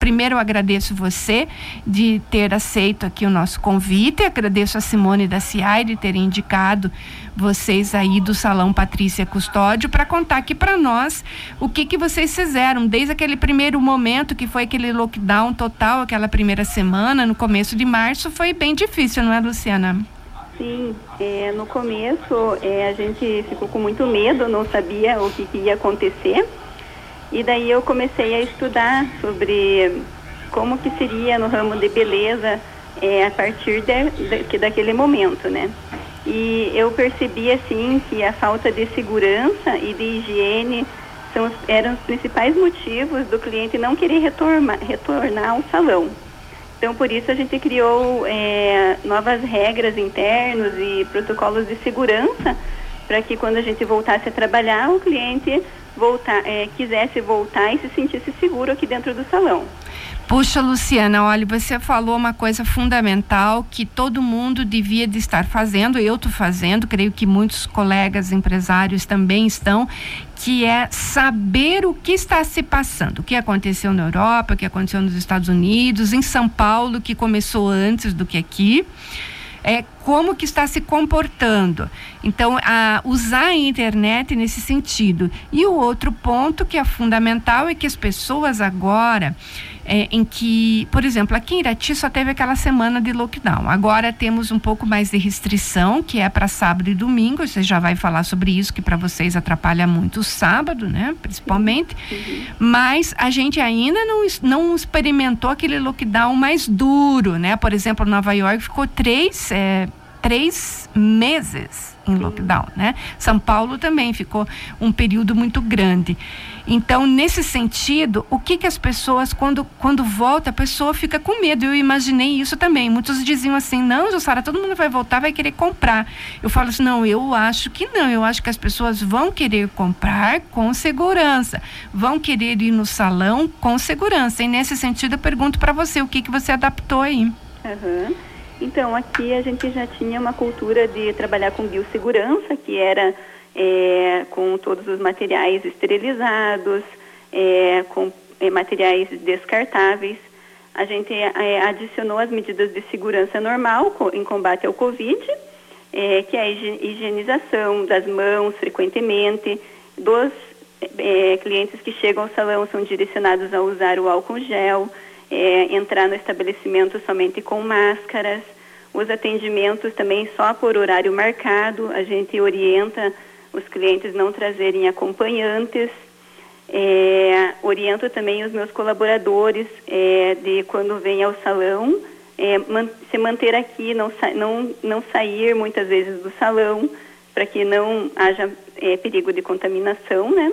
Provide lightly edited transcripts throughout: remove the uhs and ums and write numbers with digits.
primeiro eu agradeço você de ter aceito aqui o nosso convite, agradeço a Simone da CIAI de ter indicado vocês aí do Salão Patrícia Custódio para contar aqui para nós o que vocês fizeram desde aquele primeiro momento que foi aquele lockdown total, aquela primeira semana, no começo de março, foi bem difícil, não é, Luciana? Sim, no começo a gente ficou com muito medo, não sabia o que ia acontecer, e daí eu comecei a estudar sobre como que seria no ramo de beleza a partir daquele momento, né? E eu percebi assim que a falta de segurança e de higiene eram os principais motivos do cliente não querer retornar ao salão. Então, por isso a gente criou novas regras internas e protocolos de segurança para que quando a gente voltasse a trabalhar, o cliente quisesse voltar e se sentisse seguro aqui dentro do salão. Puxa, Luciana, olha, você falou uma coisa fundamental que todo mundo devia de estar fazendo, eu estou fazendo, creio que muitos colegas empresários também estão, que é saber o que está se passando, o que aconteceu na Europa, o que aconteceu nos Estados Unidos, em São Paulo, que começou antes do que aqui. Como que está se comportando. Então, usar a internet nesse sentido. E o outro ponto que é fundamental é que as pessoas agora, em que, por exemplo, aqui em Irati só teve aquela semana de lockdown. Agora temos um pouco mais de restrição, que é para sábado e domingo. Você já vai falar sobre isso, que para vocês atrapalha muito o sábado, né? Principalmente. Uhum. Mas a gente ainda não experimentou aquele lockdown mais duro, né? Por exemplo, Nova York ficou 3 meses em lockdown, né? São Paulo também ficou um período muito grande. Então, nesse sentido, o que as pessoas, quando volta, a pessoa fica com medo. Eu imaginei isso também. Muitos diziam assim, não, Jussara, todo mundo vai voltar, vai querer comprar. Eu falo assim, não, eu acho que não. Eu acho que as pessoas vão querer comprar com segurança. Vão querer ir no salão com segurança. E nesse sentido, eu pergunto para você, o que você adaptou aí? Uhum. Então, aqui a gente já tinha uma cultura de trabalhar com biossegurança, que era com todos os materiais esterilizados, com materiais descartáveis. A gente adicionou as medidas de segurança normal em combate ao Covid, que é a higienização das mãos frequentemente. Dos clientes que chegam ao salão são direcionados a usar o álcool gel, entrar no estabelecimento somente com máscaras, os atendimentos também só por horário marcado. A gente orienta os clientes não trazerem acompanhantes, oriento também os meus colaboradores de quando vem ao salão, se manter aqui, não sair muitas vezes do salão, para que não haja perigo de contaminação, né?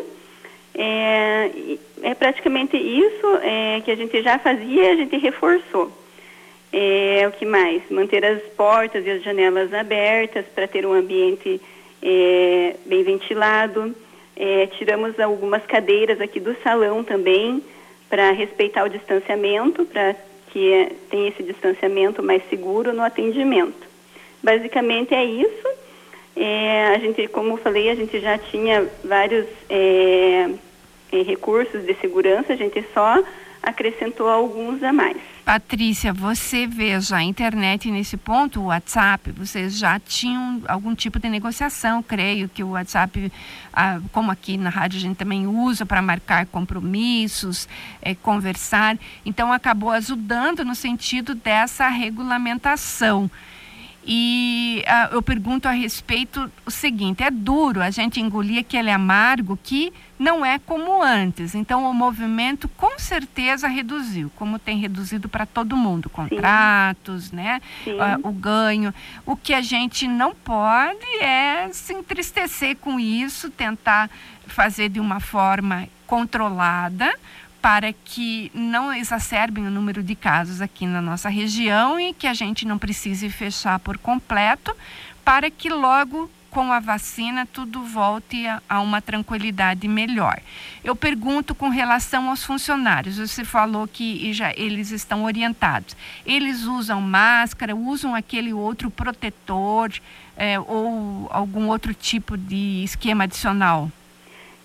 É praticamente isso que a gente já fazia e a gente reforçou. O que mais? Manter as portas e as janelas abertas para ter um ambiente bem ventilado. Tiramos algumas cadeiras aqui do salão também para respeitar o distanciamento, para que tenha esse distanciamento mais seguro no atendimento. Basicamente é isso. A gente, como eu falei, a gente já tinha vários recursos de segurança, a gente só acrescentou alguns a mais. Patrícia, você veja a internet nesse ponto, o WhatsApp, vocês já tinham algum tipo de negociação, creio que o WhatsApp, como aqui na rádio a gente também usa para marcar compromissos, conversar, então acabou ajudando no sentido dessa regulamentação. E eu pergunto a respeito o seguinte, é duro a gente engolir aquele amargo que não é como antes. Então, o movimento com certeza reduziu, como tem reduzido para todo mundo. Contratos, sim, né? O ganho. O que a gente não pode é se entristecer com isso, tentar fazer de uma forma controlada, para que não exacerbem o número de casos aqui na nossa região e que a gente não precise fechar por completo, para que logo com a vacina tudo volte a uma tranquilidade melhor. Eu pergunto com relação aos funcionários, você falou que eles estão orientados. Eles usam máscara, usam aquele outro protetor ou algum outro tipo de esquema adicional?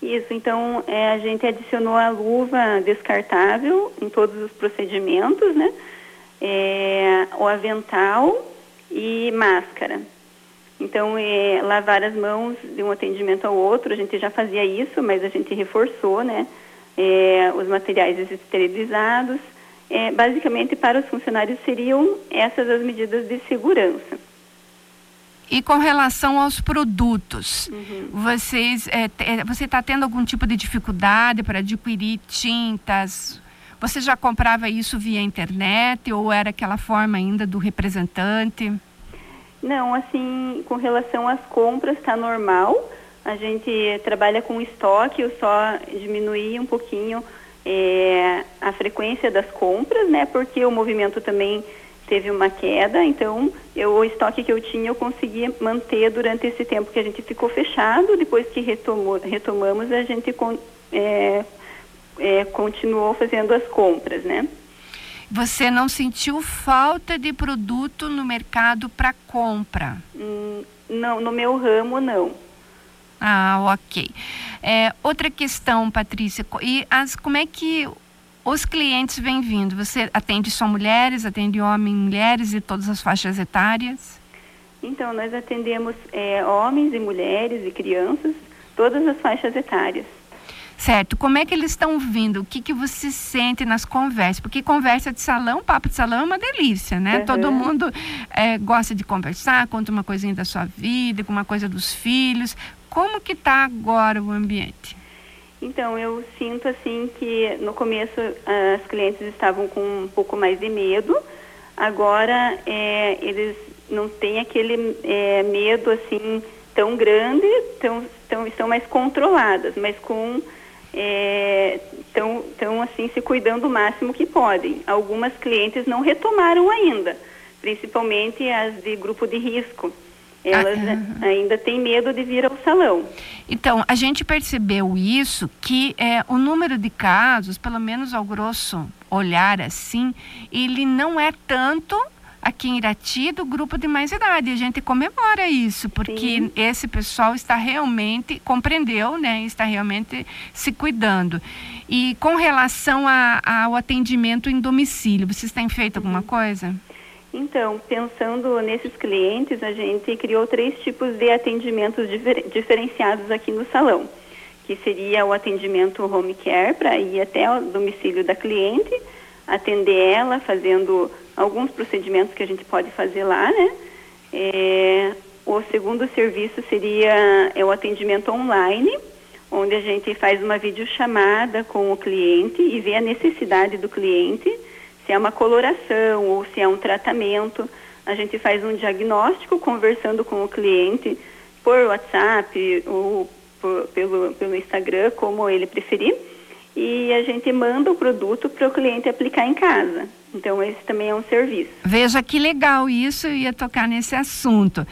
Isso, então a gente adicionou a luva descartável em todos os procedimentos, né? O avental e máscara. Então, lavar as mãos de um atendimento ao outro, a gente já fazia isso, mas a gente reforçou, né? Os materiais esterilizados. Basicamente, para os funcionários seriam essas as medidas de segurança. E com relação aos produtos, você está tendo algum tipo de dificuldade para adquirir tintas? Você já comprava isso via internet ou era aquela forma ainda do representante? Não, assim, com relação às compras está normal. A gente trabalha com estoque, eu só diminuí um pouquinho a frequência das compras, né? Porque o movimento também teve uma queda, então o estoque que eu tinha eu consegui manter durante esse tempo que a gente ficou fechado. Depois que retomamos, a gente continuou fazendo as compras, né? Você não sentiu falta de produto no mercado para compra? Não, no meu ramo não. Ah, ok. Outra questão, Patrícia, como é que os clientes vêm vindo? Você atende só mulheres, atende homens, mulheres de todas as faixas etárias? Então, nós atendemos homens e mulheres e crianças, todas as faixas etárias. Certo. Como é que eles estão vindo? O que você sente nas conversas? Porque conversa de salão, papo de salão é uma delícia, né? Todo mundo gosta de conversar, conta uma coisinha da sua vida, uma coisa dos filhos. Como que está agora o ambiente? Então, eu sinto assim que no começo as clientes estavam com um pouco mais de medo. Agora eles não têm aquele medo assim tão grande, estão mais controladas, mas estão assim se cuidando o máximo que podem. Algumas clientes não retomaram ainda, principalmente as de grupo de risco. Elas ainda têm medo de vir ao salão. Então, a gente percebeu isso, que o número de casos, pelo menos ao grosso olhar assim, ele não é tanto aqui em Irati do grupo de mais idade. A gente comemora isso, porque esse pessoal está realmente, compreendeu, né? Está realmente se cuidando. E com relação ao atendimento em domicílio, vocês têm feito alguma coisa? Então, pensando nesses clientes, a gente criou 3 tipos de atendimentos diferenciados aqui no salão, que seria o atendimento home care, para ir até o domicílio da cliente, atender ela, fazendo alguns procedimentos que a gente pode fazer lá, né? O segundo serviço seria o atendimento online, onde a gente faz uma videochamada com o cliente e vê a necessidade do cliente, se é uma coloração ou se é um tratamento. A gente faz um diagnóstico conversando com o cliente por WhatsApp ou pelo Instagram, como ele preferir, e a gente manda o produto para o cliente aplicar em casa. Então, esse também é um serviço. Veja que legal isso, eu ia tocar nesse assunto.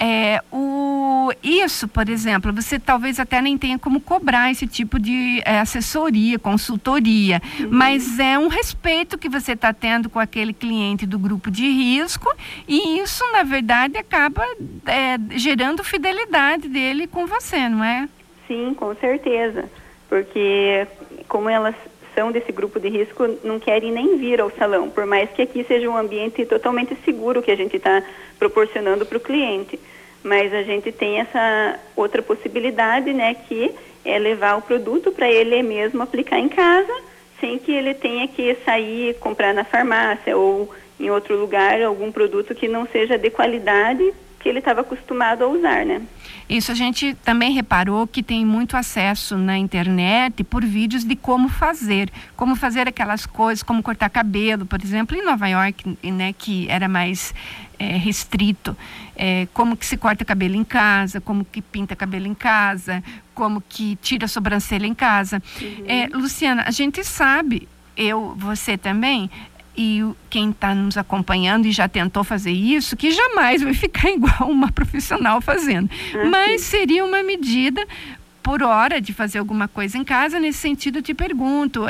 Isso, por exemplo, você talvez até nem tenha como cobrar esse tipo de assessoria, consultoria, mas é um respeito que você está tendo com aquele cliente do grupo de risco, e isso, na verdade, acaba gerando fidelidade dele com você, não é? Sim, com certeza, porque como elas são desse grupo de risco, não querem nem vir ao salão, por mais que aqui seja um ambiente totalmente seguro que a gente está proporcionando para o cliente. Mas a gente tem essa outra possibilidade, né, que é levar o produto para ele mesmo aplicar em casa, sem que ele tenha que sair, comprar na farmácia ou em outro lugar algum produto que não seja de qualidade que ele estava acostumado a usar, né? Isso, a gente também reparou que tem muito acesso na internet por vídeos de como fazer aquelas coisas, como cortar cabelo, por exemplo, em Nova York, né, que era mais restrito, como que se corta cabelo em casa, como que pinta cabelo em casa, como que tira a sobrancelha em casa. Luciana, a gente sabe, você também, e quem está nos acompanhando e já tentou fazer isso, que jamais vai ficar igual uma profissional fazendo. Mas seria uma medida por hora de fazer alguma coisa em casa. Nesse sentido, eu te pergunto,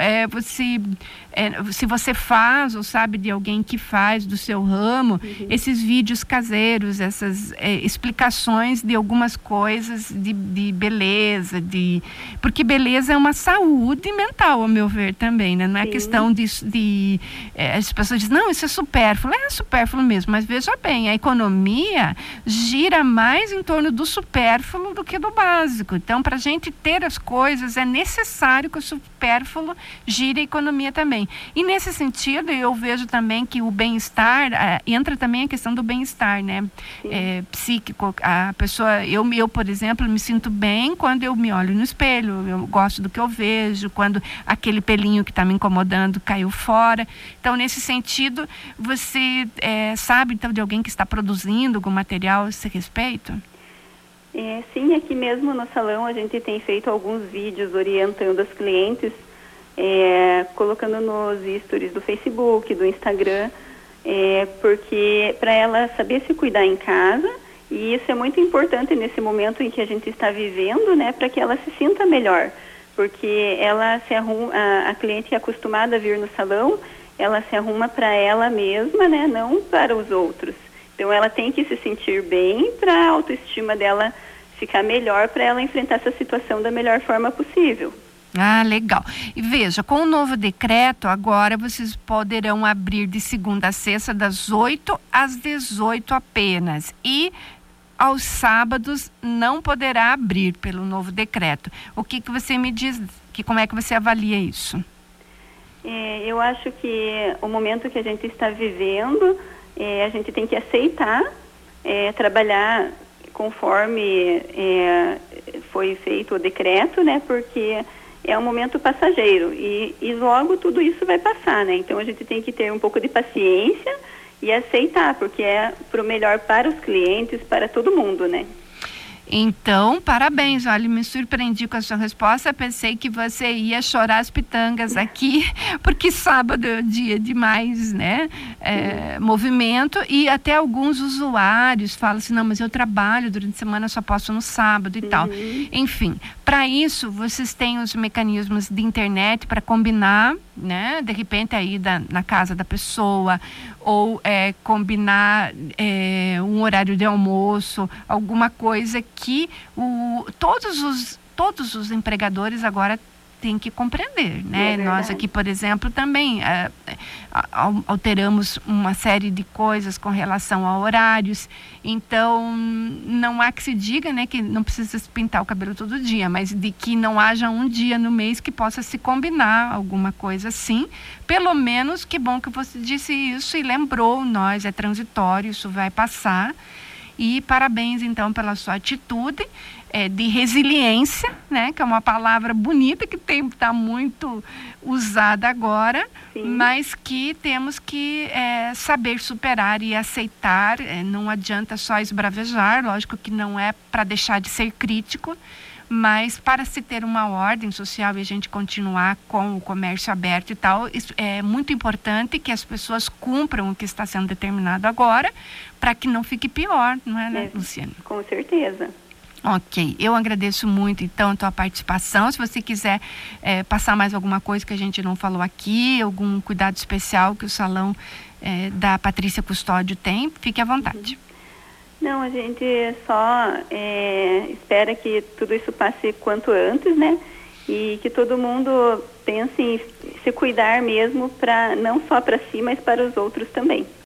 se você faz ou sabe de alguém que faz do seu ramo, esses vídeos caseiros, essas explicações de algumas coisas de beleza, porque beleza é uma saúde mental, ao meu ver, também, né? Não é questão as pessoas dizem, não, isso é supérfluo. É supérfluo mesmo, mas veja bem, a economia gira mais em torno do supérfluo do que do básico. Então, para a gente ter as coisas, é necessário que o supérfluo gire a economia também. E nesse sentido, eu vejo também que o bem-estar, entra também a questão do bem-estar, né? Psíquico. A pessoa, eu, por exemplo, me sinto bem quando eu me olho no espelho, eu gosto do que eu vejo, quando aquele pelinho que está me incomodando caiu fora. Então, nesse sentido, você sabe, então, de alguém que está produzindo algum material a esse respeito? Sim, aqui mesmo no salão a gente tem feito alguns vídeos orientando as clientes, colocando nos stories do Facebook, do Instagram, porque para ela saber se cuidar em casa, e isso é muito importante nesse momento em que a gente está vivendo, né, para que ela se sinta melhor, porque ela se arruma, a cliente é acostumada a vir no salão, ela se arruma para ela mesma, né, não para os outros. Então, ela tem que se sentir bem para a autoestima dela ficar melhor, para ela enfrentar essa situação da melhor forma possível. Ah, legal. E veja, com o novo decreto, agora vocês poderão abrir de segunda a sexta, das 8 às 18 apenas. E aos sábados não poderá abrir pelo novo decreto. O que você me diz, como é que você avalia isso? Eu acho que o momento que a gente está vivendo, a gente tem que aceitar, trabalhar conforme foi feito o decreto, né? Porque é um momento passageiro e logo tudo isso vai passar, né? Então a gente tem que ter um pouco de paciência e aceitar, porque é pro melhor para os clientes, para todo mundo, né? Então, parabéns, olha, me surpreendi com a sua resposta, pensei que você ia chorar as pitangas aqui, porque sábado é dia de mais, né, movimento, e até alguns usuários falam assim, não, mas eu trabalho durante a semana, só posso no sábado e tal. Enfim, para isso, vocês têm os mecanismos de internet para combinar, né, de repente aí na casa da pessoa, ou combinar um horário de almoço, alguma coisa que todos os empregadores agora têm que compreender, né? Nós aqui, por exemplo, também alteramos uma série de coisas com relação a horários, então não há que se diga, né, que não precisa se pintar o cabelo todo dia, mas de que não haja um dia no mês que possa se combinar alguma coisa assim. Pelo menos, que bom que você disse isso e lembrou, nós é transitório, isso vai passar. E parabéns, então, pela sua atitude de resiliência, né? Que é uma palavra bonita que está muito usada agora, mas que temos que saber superar e aceitar. Não adianta só esbravejar, lógico que não é para deixar de ser crítico, mas para se ter uma ordem social e a gente continuar com o comércio aberto e tal, isso é muito importante que as pessoas cumpram o que está sendo determinado agora, para que não fique pior, não é, né, Luciane? Com certeza. Ok, eu agradeço muito, então, a tua participação. Se você quiser passar mais alguma coisa que a gente não falou aqui, algum cuidado especial que o salão da Patrícia Custódio tem, fique à vontade. Não, a gente só espera que tudo isso passe quanto antes, né? E que todo mundo pense em se cuidar mesmo, não só para si, mas para os outros também.